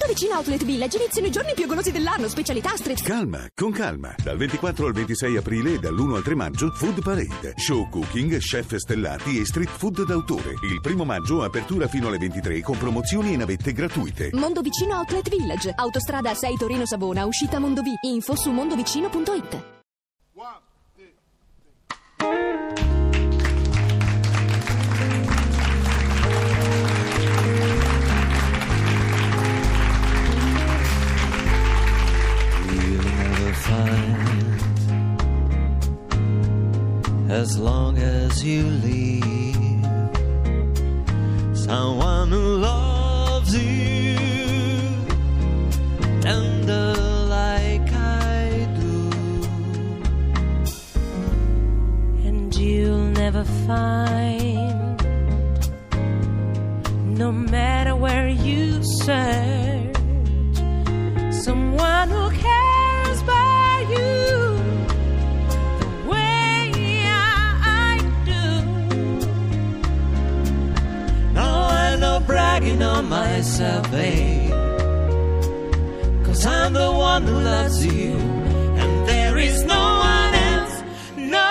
Vicino Outlet Village iniziano i giorni più golosi dell'anno, specialità street. Calma, con calma. Dal 24 al 26 aprile e dall'1 al 3 maggio, Food Parade. Show cooking, chef stellati e street food d'autore. Il 1 maggio, apertura fino alle 23 con promozioni e navette gratuite. Mondovicino Outlet Village. Autostrada 6 Torino Savona, uscita Mondovì. Info su mondovicino.it. As long as you leave someone who loves you tender like I do, and you'll never find, no matter where you search, someone who cares about you. Bragging on myself, babe, 'cause I'm the one who loves you, and there is no one else, no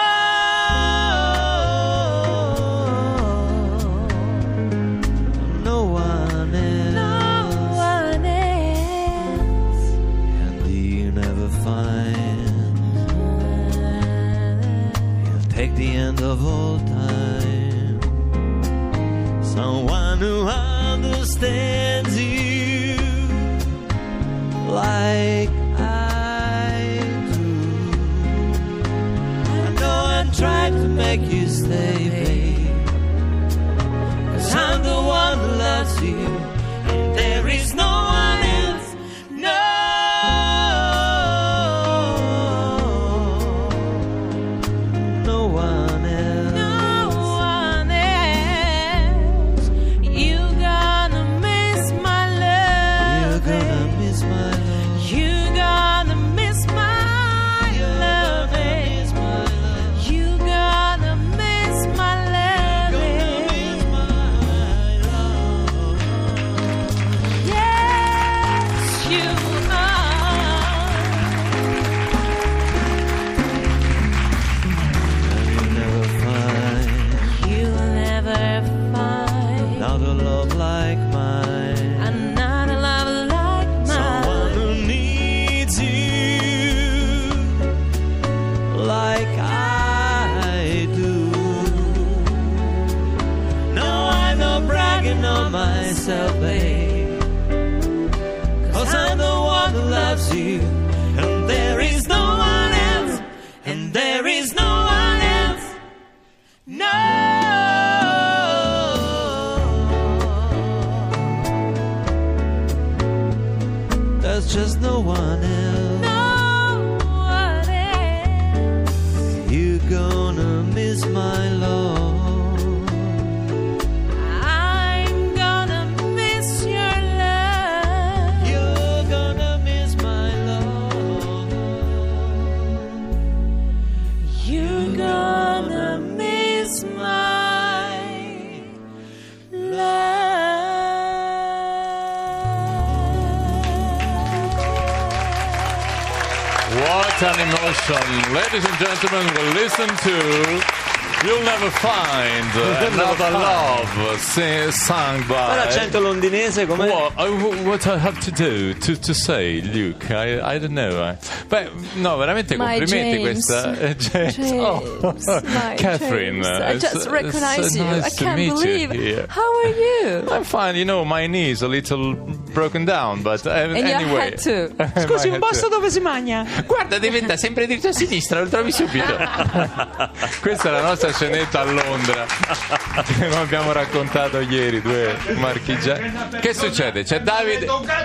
one else, no one else. And you never find you'll take the end of all time, someone who understands you like I do. I know I'm trying to make you stay, babe, 'cause I'm the one who loves you, and there is no one else, no one else. No one else. You're gonna miss my love. You're gonna miss my love. You're gonna miss my love. You're gonna miss my love. Yes, you are. You'll never find You'll never find another love like mine. another love like Someone mine. who needs you like I do. No, I'm not bragging on myself, babe, 'cause I'm the one who loves you, and there is no one else, and there is no one else, no. There's just no one else. No one else. You're gonna miss my love. I'm gonna miss your love. You're gonna miss my love. You're gonna miss my love. What an emotion. Ladies and gentlemen, we'll listen to You'll Never Find Another Love sung by... L'accento londinese com'è? What I have to do to say, Luke? I don't know. Beh, no, veramente My complimenti James. questa... James. Oh. My Catherine. James. I just recognize you. Nice I to can't meet believe. you here. How are you? I'm fine, you know, my knee is a little broken down, but And your anyway. head too. Scusi, My un head posto too. dove si mangia? Guarda, diventa sempre dritto a sinistra, lo trovi subito. Questa è la nostra scenetta a Londra, come abbiamo raccontato ieri, due marchigiani. Che succede? C'è Davide.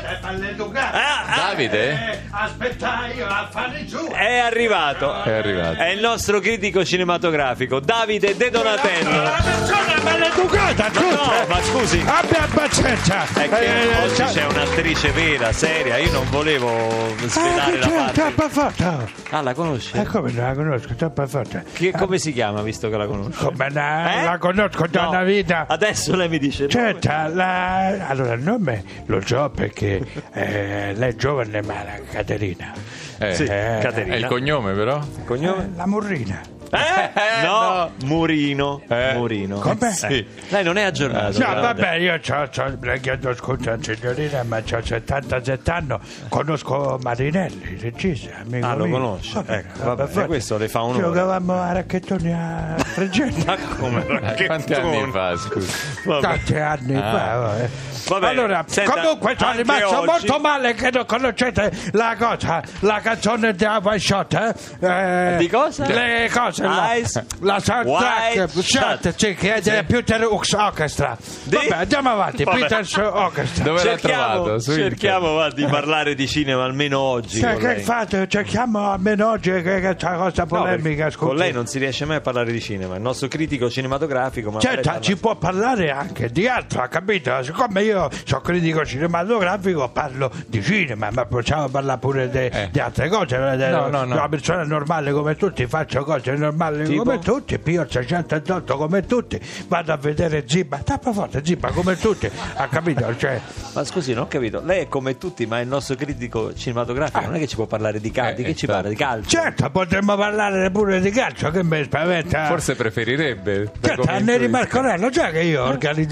Davide? Aspettai a fare giù. È arrivato. È arrivato. È il nostro critico cinematografico, Davide De Donatello. La persona maleducata, No, ma scusi, abbia pazienza. è che oggi c'è un'attrice vera, seria. Io non volevo svelare la parte. Troppo forte. Ah, la conosci? Come non la conosco, troppo forte. Come si chiama, visto che la conosci? Come la conosco conosco da una vita. Adesso lei mi dice. Certo, allora il nome lo so perché lei è giovane, ma la Caterina. Sì, Caterina. È il cognome, però? Cognome? La Murrina. No, Murino. Murino. Come? Sì. Lei non è aggiornato. No, vabbè, io le chiedo scusa, signorina, ma ho 77 anni, conosco Marinelli, il regista, amico Ah, lo mio. conosce? Ecco, vabbè, questo le fa onore. Giocavamo a racchettoni a Fregene. Ma come Quanti anni fa, scusa? Tanti anni fa. Vabbè, Allora, senta, comunque sono anche rimasto oggi- molto male che non conoscete la cosa, la canzone di White Shot. Di cosa? Le cose, Ice la soundtrack, White Shot, sì, che è di Peter Hux Orchestra. Vabbè, andiamo avanti, Vabbè. Peter's Orchestra. Dove l'ha trovato? Su cerchiamo di parlare di cinema almeno oggi. Cioè, con che lei. fate? Cerchiamo almeno oggi che c'è cosa No, polemica, perché con scusi. lei non si riesce mai a parlare di cinema, il nostro critico cinematografico. Ma Certo, lei parla- ci può parlare anche di altro, ha capito? Siccome io sono critico cinematografico, parlo di cinema, ma possiamo parlare pure di altre cose. No. Una persona normale come tutti, faccio cose normali Tipo? come tutti, pio il 608 come tutti, vado a vedere Zibba, tappa forte Zibba come tutti, ha capito? Cioè, Ma scusi, non ho capito. Lei è come tutti, ma è il nostro critico cinematografico. Non è che ci può parlare di calcio. Che ci parla di calcio? certo, potremmo parlare pure di calcio, che mi spaventa. Forse preferirebbe. da Certo, come Neri intuisco. Marcorello, già che io ho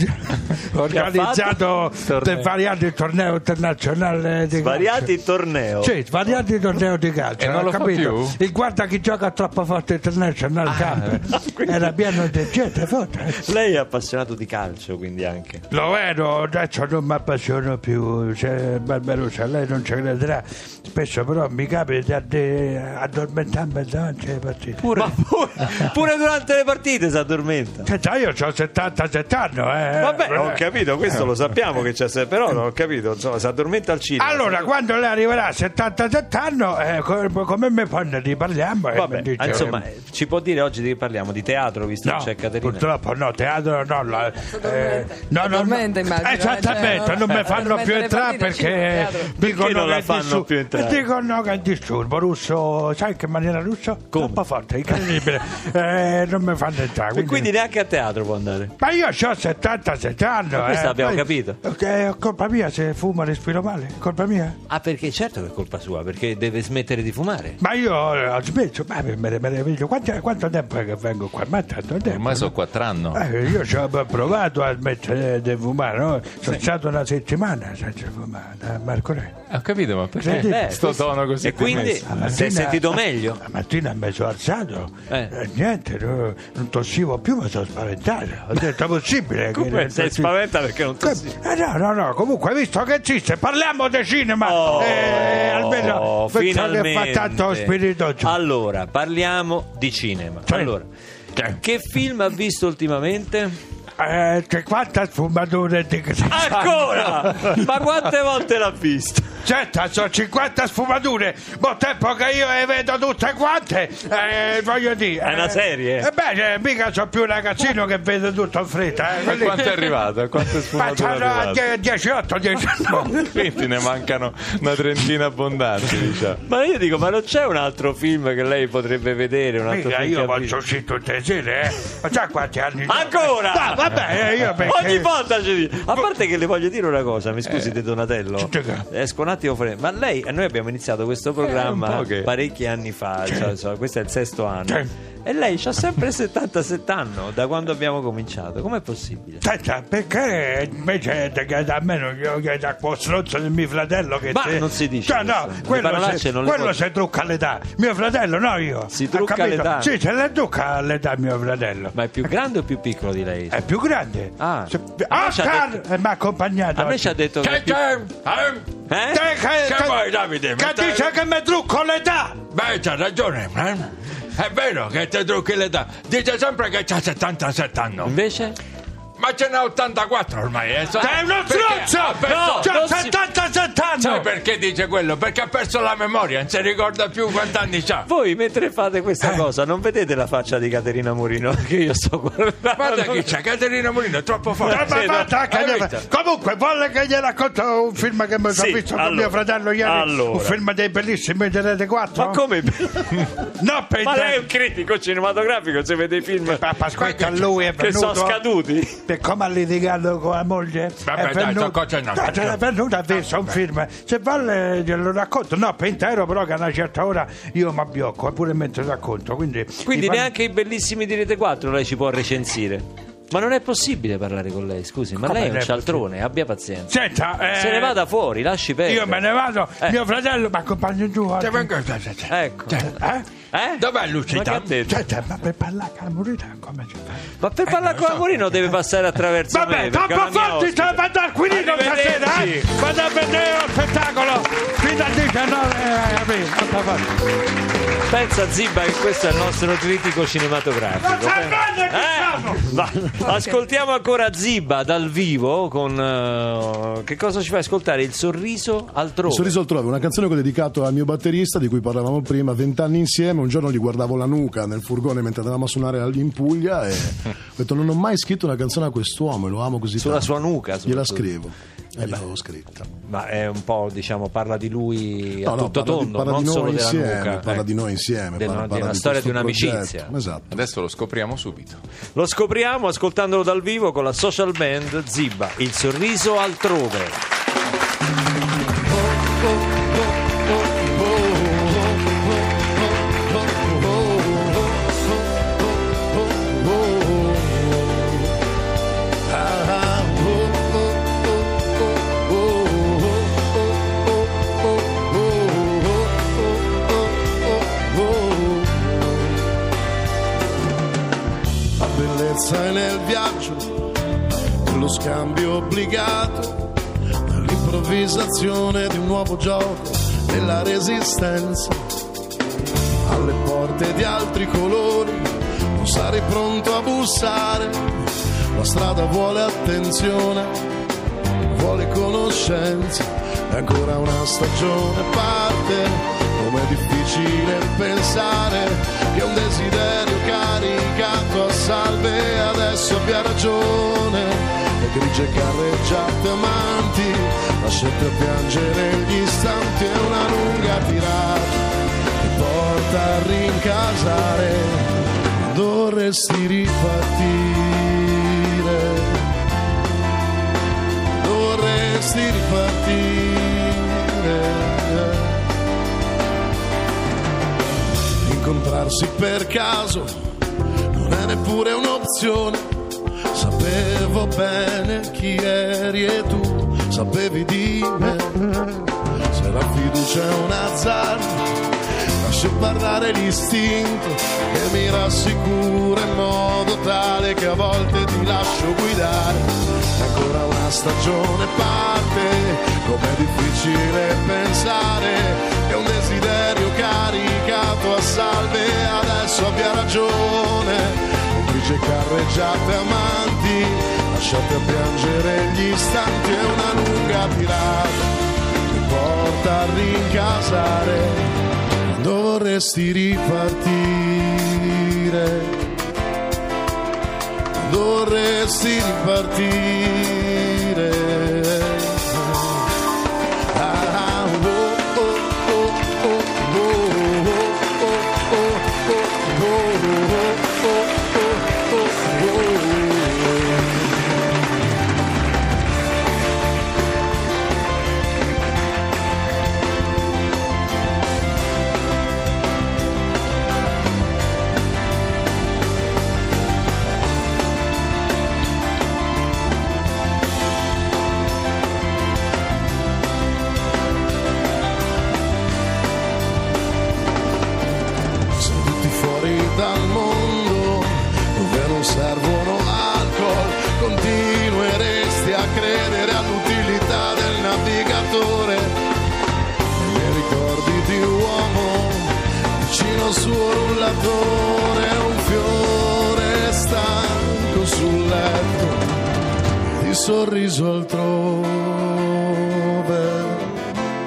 organizzato Torneo. svariati tornei internazionali di Svariati calcio. torneo. Sì, svariati tornei di calcio. E non ho lo fa capito? più? Il guarda chi gioca troppo forte internazionale campo. Era pieno di gente forte. Lei è appassionato di calcio, quindi anche. Lo ero, adesso non mi appassiono più. Cioè, Barbarossa, lei non ci crederà. Spesso però mi capita di addormentarmi davanti alle partite. Pure durante le partite si addormenta. Senta, io ho 77 anni. Vabbè, ho capito, questo lo sappiamo che c'è sempre, però non ho capito, insomma, si addormenta al cinema. Allora, quando lei arriverà a 77 anni, come me poi ne riparliamo? e Vabbè, mi dice- insomma, ci può dire oggi di che parliamo? Di teatro, visto No, che c'è Caterina? purtroppo no, teatro no. Addormenta, immagino, Esattamente, cioè, non mi fanno addormenta più le entrare partite, perché cinema, dicono non la che è fanno disturbo. più entrare? Dicono che è disturbo russo, sai in che maniera russo? Come? Troppo forte, incredibile. Non mi fanno entrare. E quindi neanche a teatro può andare. Ma io ho 77 anni. questo abbiamo poi- capito. È colpa mia se fumo e respiro male, è colpa mia. Ah, perché certo che è colpa sua, perché deve smettere di fumare. Ma io ho smesso, ma me ne meraviglio. Quanto tempo è che vengo qua? Ma tanto tempo. Ormai sono 4 anni. Io ci ho provato a smettere di fumare, no? Sono stato una settimana senza fumare da Marco Re. Ho capito, ma perché Beh, sto tono così? E quindi commesso? si è sentito meglio? La mattina mi sono alzato niente, non tossivo più, mi sono spaventato. Ho detto, è possibile che Come non sei tossivo? spaventa perché non tossi? No, comunque visto che esiste, parliamo di cinema, almeno penso che fa tanto spirito giù. Allora, parliamo di cinema. Sì. Allora, che film ha visto ultimamente? C'è quanta sfumatura di Ancora? Ma quante volte l'ha visto? Certo, sono 50 sfumature, ma tempo che io le vedo tutte quante, voglio dire. È una serie? Mica sono più un ragazzino che vede tutto in fretta. A quanto è arrivato? A quante Ma sfumature è c'hanno arrivato? 18, 19. Quindi ne mancano una trentina abbondanti, diciamo. Ma io dico, ma non c'è un altro film che lei potrebbe vedere? Un altro Mica film io che ha faccio visto? uscire tutte le sere, Ma già quanti anni? Ancora? No, vabbè, io perché... Ogni volta ci dico. A parte che le voglio dire una cosa, mi scusi De Donatello. Esco un attimo fuori. Ma lei, noi abbiamo iniziato questo programma un po' che- parecchi anni fa, cioè, questo è il 6º anno. E lei c'ha sempre 77 anni da quando abbiamo cominciato. Com'è possibile? Senta, perché invece da me non glielo chiede a quel stronzo del mio fratello che Ma non si dice Cioè, no, questo. Le quello, parolacce non le quello può- si trucca all'età. Mio fratello, no io. Si Ha trucca capito? all'età? Sì, se le trucca all'età mio fratello. Ma è più grande o più piccolo di lei? È più grande. Ah. Oscar mi ha accompagnato. A me ci ha detto che è più... Eh? Che vuoi, Davide? Che dice che mi trucco l'età? Beh, c'ha ragione, È vero che ti trucchi l'età. Dice sempre che c'ha 77 anni. Invece? Ma ce n'ha 84 ormai, Sei uno stronzo! No, C'ho non si- 77 anni! Sai perché dice quello? Perché ha perso la memoria, non si ricorda più quanti anni c'ha. Voi mentre fate questa cosa non vedete la faccia di Caterina Murino che io sto guardando? Guarda chi c'è, Caterina Murino è troppo forte. Comunque vuole che gli racconto un film che mi sono visto con mio fratello ieri, un film dei bellissimi di Rete 4. Ma come? No, Ma lei è un critico cinematografico, se vede i film ascolta, lui è che venuto sono scaduti. per come ha litigato con la moglie. Vabbè, è venuto a vedere un film, se vuole glielo racconto, no, per intero, però che a una certa ora io mi abbiocco pure mentre racconto, quindi neanche i bellissimi di Rete 4 lei ci può recensire. Ma non è possibile parlare con lei, scusi, ma come lei è un cialtrone, abbia pazienza. Senta, se ne vada fuori, lasci perdere. Io me ne vado, mio fratello mi accompagna giù oggi. Ecco. Dov'è Lucita? Ma per parlare con la Murino come si fa? Ma per parlare con la Murino deve passare attraverso me. Vabbè, troppo forti, sta vado al Quirino stasera, vado a vedere lo spettacolo fino al 19 aprile. Pensa Zibba che questo è il nostro critico cinematografico. Ascoltiamo ancora Zibba dal vivo con che cosa ci fai ascoltare? Il sorriso altrove. Il sorriso altrove, una canzone che ho dedicato al mio batterista di cui parlavamo prima, 20 anni insieme. Un giorno gli guardavo la nuca nel furgone mentre andavamo a suonare in Puglia e ho detto non ho mai scritto una canzone a quest'uomo e lo amo così sulla tanto. Sua nuca gliela scrivo e l'avevo scritta. Ma è un po', diciamo, parla di lui a tutto tondo, parla non di solo noi della insieme, nuca, parla di noi insieme, di parla una di storia di questo un'amicizia. progetto. Esatto. Adesso lo scopriamo subito. Lo scopriamo ascoltandolo dal vivo con la social band Zibba, Il sorriso altrove. Bellezza nel viaggio, nello scambio obbligato, nell'improvvisazione di un nuovo gioco, nella resistenza alle porte di altri colori. Non sarei pronto a bussare, la strada vuole attenzione, vuole conoscenza, e ancora una stagione parte. Com'è difficile pensare che un desiderio caricato a salve adesso abbia ragione. Le grigie carreggiate amanti, lasciate piangere gli istanti, è una lunga tirata che porta a rincasare. Dovresti ripartire, dovresti ripartire. Incontrarsi per caso non è neppure un'opzione. Sapevo bene chi eri e tu sapevi di me. Se la fiducia è un azzardo, lascio parlare l'istinto che mi rassicura in modo tale che a volte ti lascio guidare. E ancora una stagione parte, com'è difficile pensare che un desiderio caricato a salve adesso abbia ragione. Grigie carreggiate amanti, lasciate a piangere gli istanti, è una lunga tirata che porta a rincasare. Dovresti ripartire, dovresti ripartire. Dal mondo dove non servono alcol, continueresti a credere all'utilità del navigatore. Nei ricordi di uomo vicino al suo rullatore, un fiore stanco sul letto, di sorriso altrove.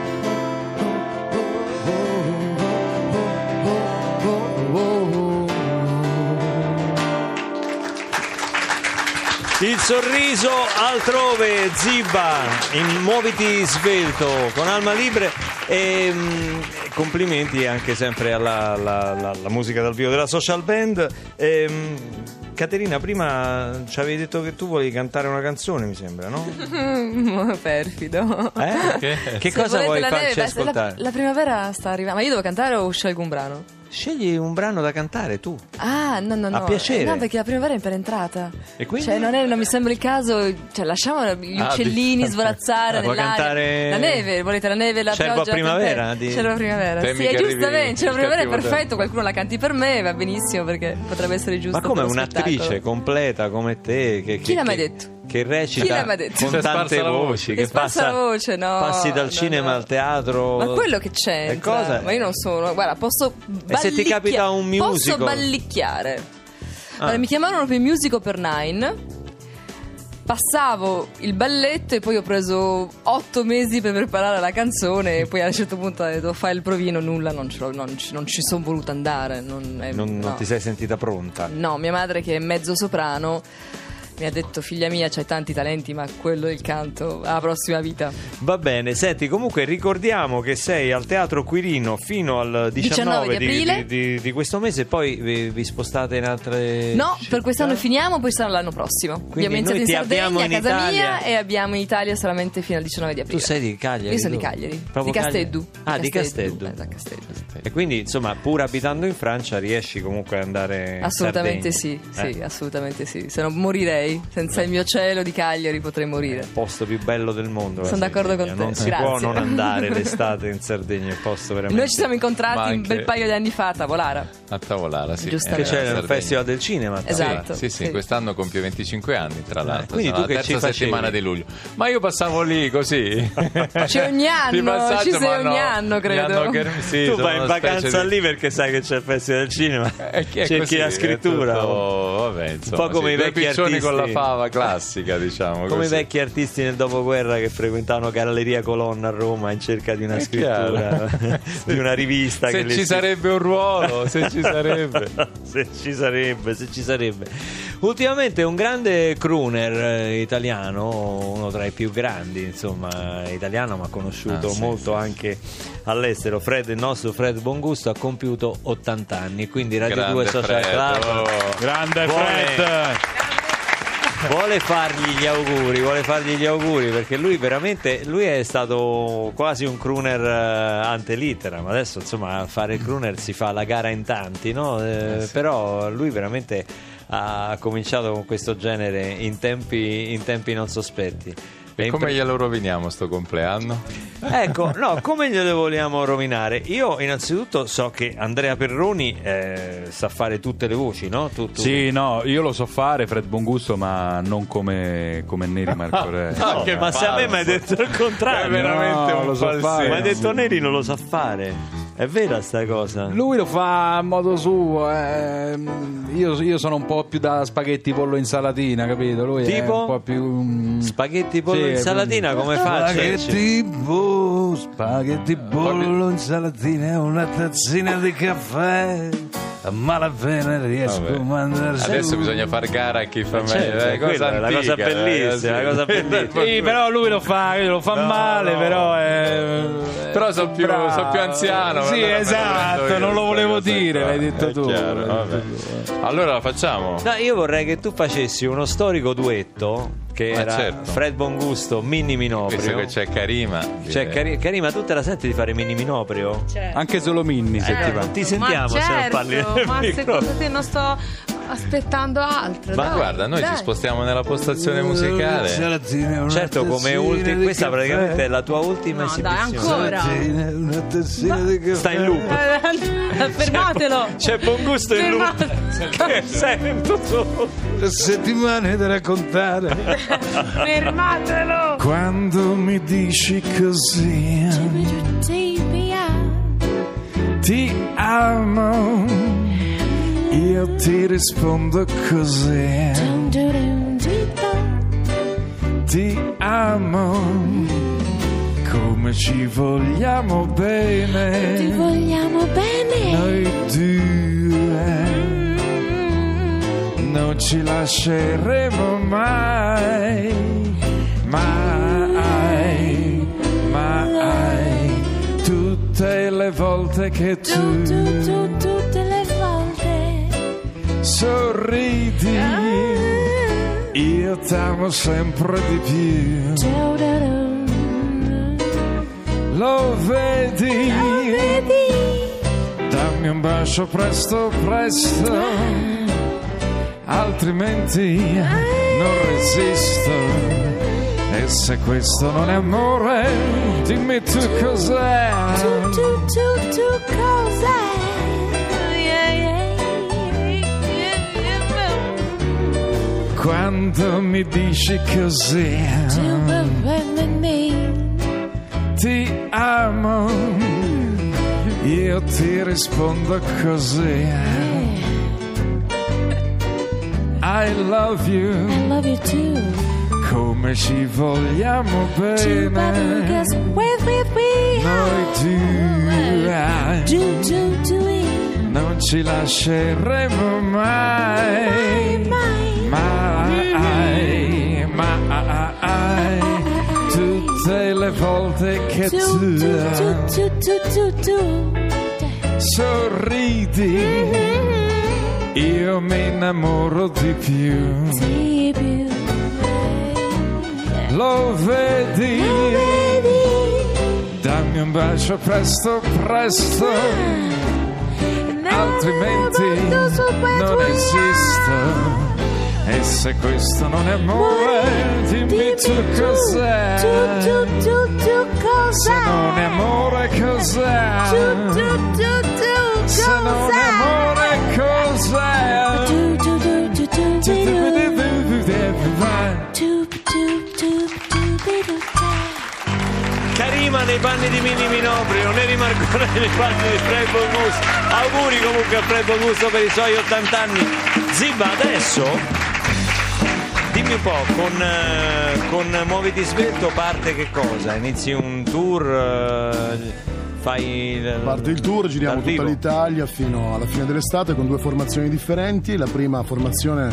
sorriso altrove, Ziba, muoviti svelto con Alma Libre e complimenti anche sempre alla musica dal vivo della Social Band. Caterina, prima ci avevi detto che tu volevi cantare una canzone, mi sembra, no? Perfido. Che cosa vuoi farci ascoltare? La primavera sta arrivando. Ma io devo cantare o scelgo un brano? Scegli un brano da cantare tu. Ah, no. A piacere. No, perché la primavera è appena entrata. E quindi? Cioè, non mi sembra il caso. Cioè, lasciamo gli uccellini svolazzare Vuoi nell'aria. cantare La neve, volete la neve, la Cervo pioggia? a primavera? Cervo a primavera. Temi Sì, che giustamente. arrivi Cervo a primavera è il cattivo perfetto. Qualcuno la canti per me, va benissimo, perché potrebbe essere giusto. Ma come per lo un'attrice spettacolo. completa come te? Chi l'ha mai detto? Che recita Chi l'ha mai detto? con Si è tante sparsa la voci, Che che sparsa la voce, no. passi dal no, cinema no. al teatro. Ma quello che c'è. E cosa? Ma io non sono. Guarda, posso. E se ti capita un musical? Posso ballicchiare. Allora, mi chiamarono per Musical per Nine. Passavo il balletto e poi ho preso 8 mesi per preparare la canzone. E poi a un certo punto ho detto fai il provino, nulla, non ci sono voluta andare. Non ti sei sentita pronta? No, mia madre, che è mezzo soprano, mi ha detto figlia mia c'hai tanti talenti, ma quello del canto alla prossima vita. Va bene, senti, comunque ricordiamo che sei al Teatro Quirino fino al 19 di aprile di questo mese e poi vi spostate in altre No, città? per quest'anno finiamo, poi sarà l'anno prossimo. Abbiamo iniziato noi in ti Sardegna, abbiamo a in casa Italia. mia, e abbiamo in Italia solamente fino al 19 di aprile. Tu sei di Cagliari? Io sono di tu? Cagliari, Proprio di Casteddu. Ah, di Casteddu. Da Casteddu. E quindi, insomma, pur abitando in Francia riesci comunque ad andare Assolutamente in sì, Sardegna? sì, assolutamente sì. Se no morirei, senza il mio cielo di Cagliari potrei morire. Il posto più bello del mondo. la Sono d'accordo Sardegna. con te, Non si grazie. può non andare l'estate in Sardegna, è un posto veramente. Noi ci siamo incontrati Ma un anche- bel paio di anni fa a Tavolara. A Tavolara, sì. Giustamente. Che c'è il Sardegna. Festival del Cinema. Esatto. Sì, sì. quest'anno compie 25 anni, tra l'altro. quindi Sono tu la che ci terza facevi? settimana di luglio. Ma io passavo lì così. C'è ogni Di anno, passaggio, ci sei ma ogni anno, credo. sì, Tu sono vai in una specie vacanza di- lì perché sai che c'è il Festival del Cinema. È Cerchi così, la è scrittura. tutto- vabbè, insomma, Un po' come sì, i due vecchi piccioni artisti. con la fava classica, diciamo. Come così. i vecchi artisti nel dopoguerra che frequentavano Galleria Colonna a Roma in cerca di una È scrittura, di una rivista. Se che ci sarebbe un ruolo, se ci sarebbe. se ci sarebbe. Ultimamente un grande crooner italiano, uno tra i più grandi, insomma, italiano, ma conosciuto Sì, molto anche all'estero. Il nostro Fred Bongusto, ha compiuto 80 anni, quindi Radio Grande 2 Social Fred, Club oh. Grande Vuole- Fred. vuole fargli gli auguri perché lui è stato quasi un crooner ante litteram. Adesso insomma a fare il crooner si fa la gara in tanti, no? Sì. Però lui veramente ha cominciato con questo genere in tempi non sospetti. E come glielo roviniamo sto compleanno? Ecco, no, come glielo vogliamo rovinare? Io innanzitutto so che Andrea Perroni sa fare tutte le voci, no? Tu. Sì, no, io lo so fare, Fred Bongusto, ma non come Neri Marco Re. No, che ma se a me mi hai detto il contrario. È veramente No, un lo so falsetto. fare. Ma hai detto Neri non lo sa fare. È vera sta cosa? Lui lo fa a modo suo. Io sono un po' più da spaghetti pollo insalatina, capito? Lui è Tipo? un po' più. Spaghetti pollo Sì, insalatina come fa? Spaghetti pollo insalatina e una tazzina di caffè. A malapena riesco Vabbè. a mandare Adesso bisogna far gara a chi fa meglio. Certo, quella è la cosa bellissima, la cosa bellissima. Sì, però lui lo fa male, no. però so più anziano. Sì, allora me lo esatto, prendo io non lo questa volevo cosa dire, qua. l'hai detto È tu. chiaro, vabbè. Allora la facciamo. No, io vorrei che tu facessi uno storico duetto che Ma era certo. Fred Bongusto, Minni Visto Minoprio. che c'è Karima. Cioè, Karima, tu te la senti di fare Minni Minoprio? Anche solo Minni, se ti va. Non ti sentiamo ma se non certo, parli ma nel secondo microfono. te non sto aspettando altro? Ma dai, guarda, noi dai. ci spostiamo nella postazione musicale. Certo, come questa praticamente è la tua ultima No, dai, esibizione. ancora. Una tazzina di caffè. Sta in loop. Fermatelo. C'è Bongusto in loop. Fermatelo. Sento tu. Settimane da raccontare. Fermatelo. Quando mi dici così, ti amo, io ti rispondo così. Ti amo, come ci vogliamo bene. Ti vogliamo bene. Noi due non ci lasceremo mai, mai, mai, tutte le volte che tu tutte le volte sorridi, io t'amo sempre di più. Lo vedi, dammi un bacio presto, presto, altrimenti non resisto. E se questo non è amore, dimmi tu cos'è. tu cos'è? Quando mi dici così, ti amo, io ti rispondo così. I love you too. come ci vogliamo bene noi due, non ci lasceremo mai, mai, mai, tutte le volte che tu sorridi, io mi innamoro di più. Lo vedi, dammi un bacio presto, presto, altrimenti non esisto. E se questo non è amore, dimmi tu cos'è. Se non è amore, cos'è? Se non è amore, cos'è? Karima nei panni di Mini Minoprio, Neri Marcone nei panni di Fred Bongusto. Auguri comunque a Fred Bongusto per i suoi 80 anni. Zibba, adesso dimmi un po', con Muoviti Svelto parte che cosa? Inizi un tour, parte il tour, giriamo tutta l'Italia fino alla fine dell'estate con 2 formazioni differenti. La prima formazione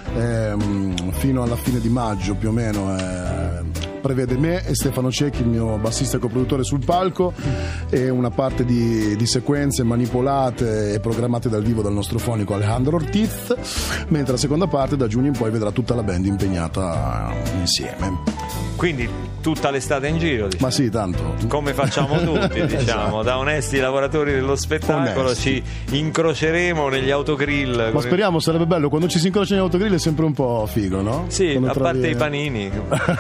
fino alla fine di maggio più o meno prevede me e Stefano Cecchi, il mio bassista e coproduttore, sul palco, e una parte di sequenze manipolate e programmate dal vivo dal nostro fonico Alejandro Ortiz, mentre la seconda parte da giugno in poi vedrà tutta la band impegnata insieme. Quindi tutta l'estate in giro, diciamo. Ma sì, tanto. Come facciamo tutti, diciamo. Esatto. Da onesti lavoratori dello spettacolo Onesti. ci incroceremo negli autogrill. Ma speriamo, sarebbe bello. Quando ci si incrocia negli autogrill è sempre un po' figo, no? Sì, quando a parte i panini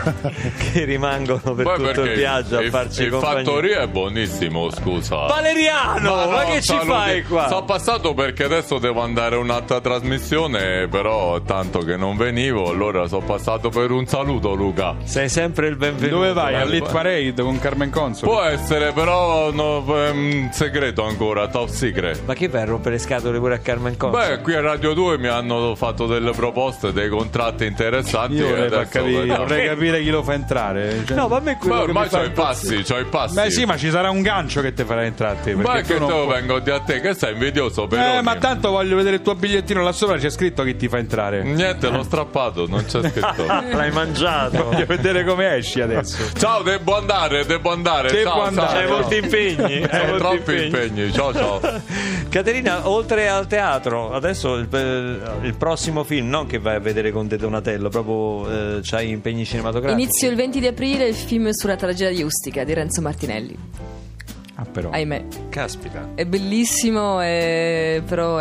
che rimangono per poi tutto il viaggio a farci il compagnia. Fattoria è buonissimo, scusa. Valeriano, ma che ci fai qua? Sono passato perché adesso devo andare a un'altra trasmissione, però tanto che non venivo, allora sono passato per un saluto, Luca. Sei sempre il benvenuto. Dove vai? All'Hit Parade con Carmen Consoli? Può essere, però no, è un segreto ancora, top secret. Ma che vai a rompere le scatole pure a Carmen Consoli? Beh, qui a Radio 2 mi hanno fatto delle proposte, dei contratti interessanti. Io e vorrei capire chi lo fa entrare. No, ma a me quello che ormai mi fa c'ho i passi, Beh sì, ma ci sarà un gancio che ti farà entrare a te. Ma che tu non te lo puoi. vengo a te, che sei invidioso per ma tanto voglio vedere il tuo bigliettino là sopra, c'è scritto chi ti fa entrare. Niente, l'ho strappato, non c'è scritto. L'hai mangiato. Voglio vedere come esci adesso. Ciao, devo andare. Ciao. C'hai molti impegni. Troppi impegni. Ciao. Caterina, oltre al teatro, adesso il prossimo film, non che vai a vedere con De Donatello, proprio c'hai impegni cinematografici. Inizio il 20 di aprile il film sulla tragedia di Ustica di Renzo Martinelli. Ah, però. Ahimè. Caspita. È bellissimo, però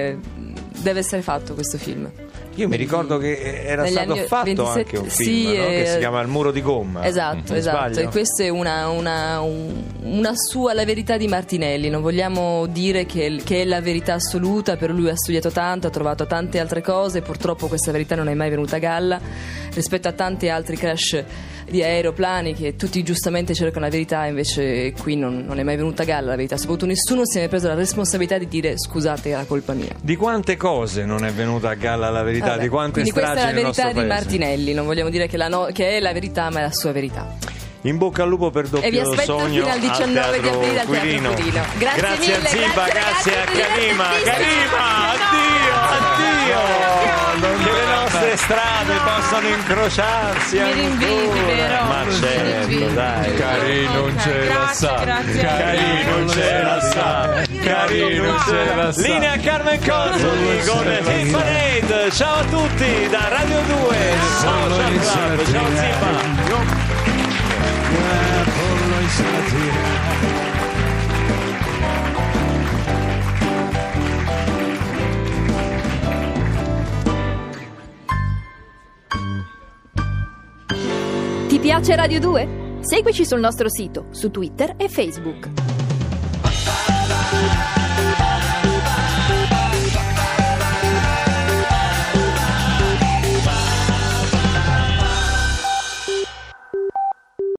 deve essere fatto questo film. Io mi ricordo che era Negli stato anni fatto 27, anche un film, sì, no? Che si chiama Il muro di gomma. Esatto. Sbaglio? E questa è una sua, la verità di Martinelli. Non vogliamo dire che è la verità assoluta, per lui ha studiato tanto, ha trovato tante altre cose, purtroppo questa verità non è mai venuta a galla rispetto a tanti altri crash di aeroplani che tutti giustamente cercano la verità, invece qui non è mai venuta a galla la verità, soprattutto nessuno si è mai preso la responsabilità di dire scusate, è la colpa mia. Di quante cose non è venuta a galla la verità? Vabbè, Di quante quindi stragi questa è la nel verità nostro di paese? Martinelli, non vogliamo dire che è la verità, ma è la sua verità. In bocca al lupo per doppio E vi aspetto sogno fino al 19 di aprile al Teatro Quirino. Quirino. Grazie mille, a Zibba, grazie grazie a ragazzi, Karima. divertentissimo. Karima, addio. Non le strade possano incrociarsi. Mi rinvidi, vero? Ma certo, dai. Cari non ce la sa. Grazie. Cari non ce la sa. Cari non ce la sa. Linea Carmen Consoli con Hit Parade. Ciao a tutti da Radio 2 Social Club. Ciao Zimba. Ti piace Radio 2? Seguici sul nostro sito, su Twitter e Facebook.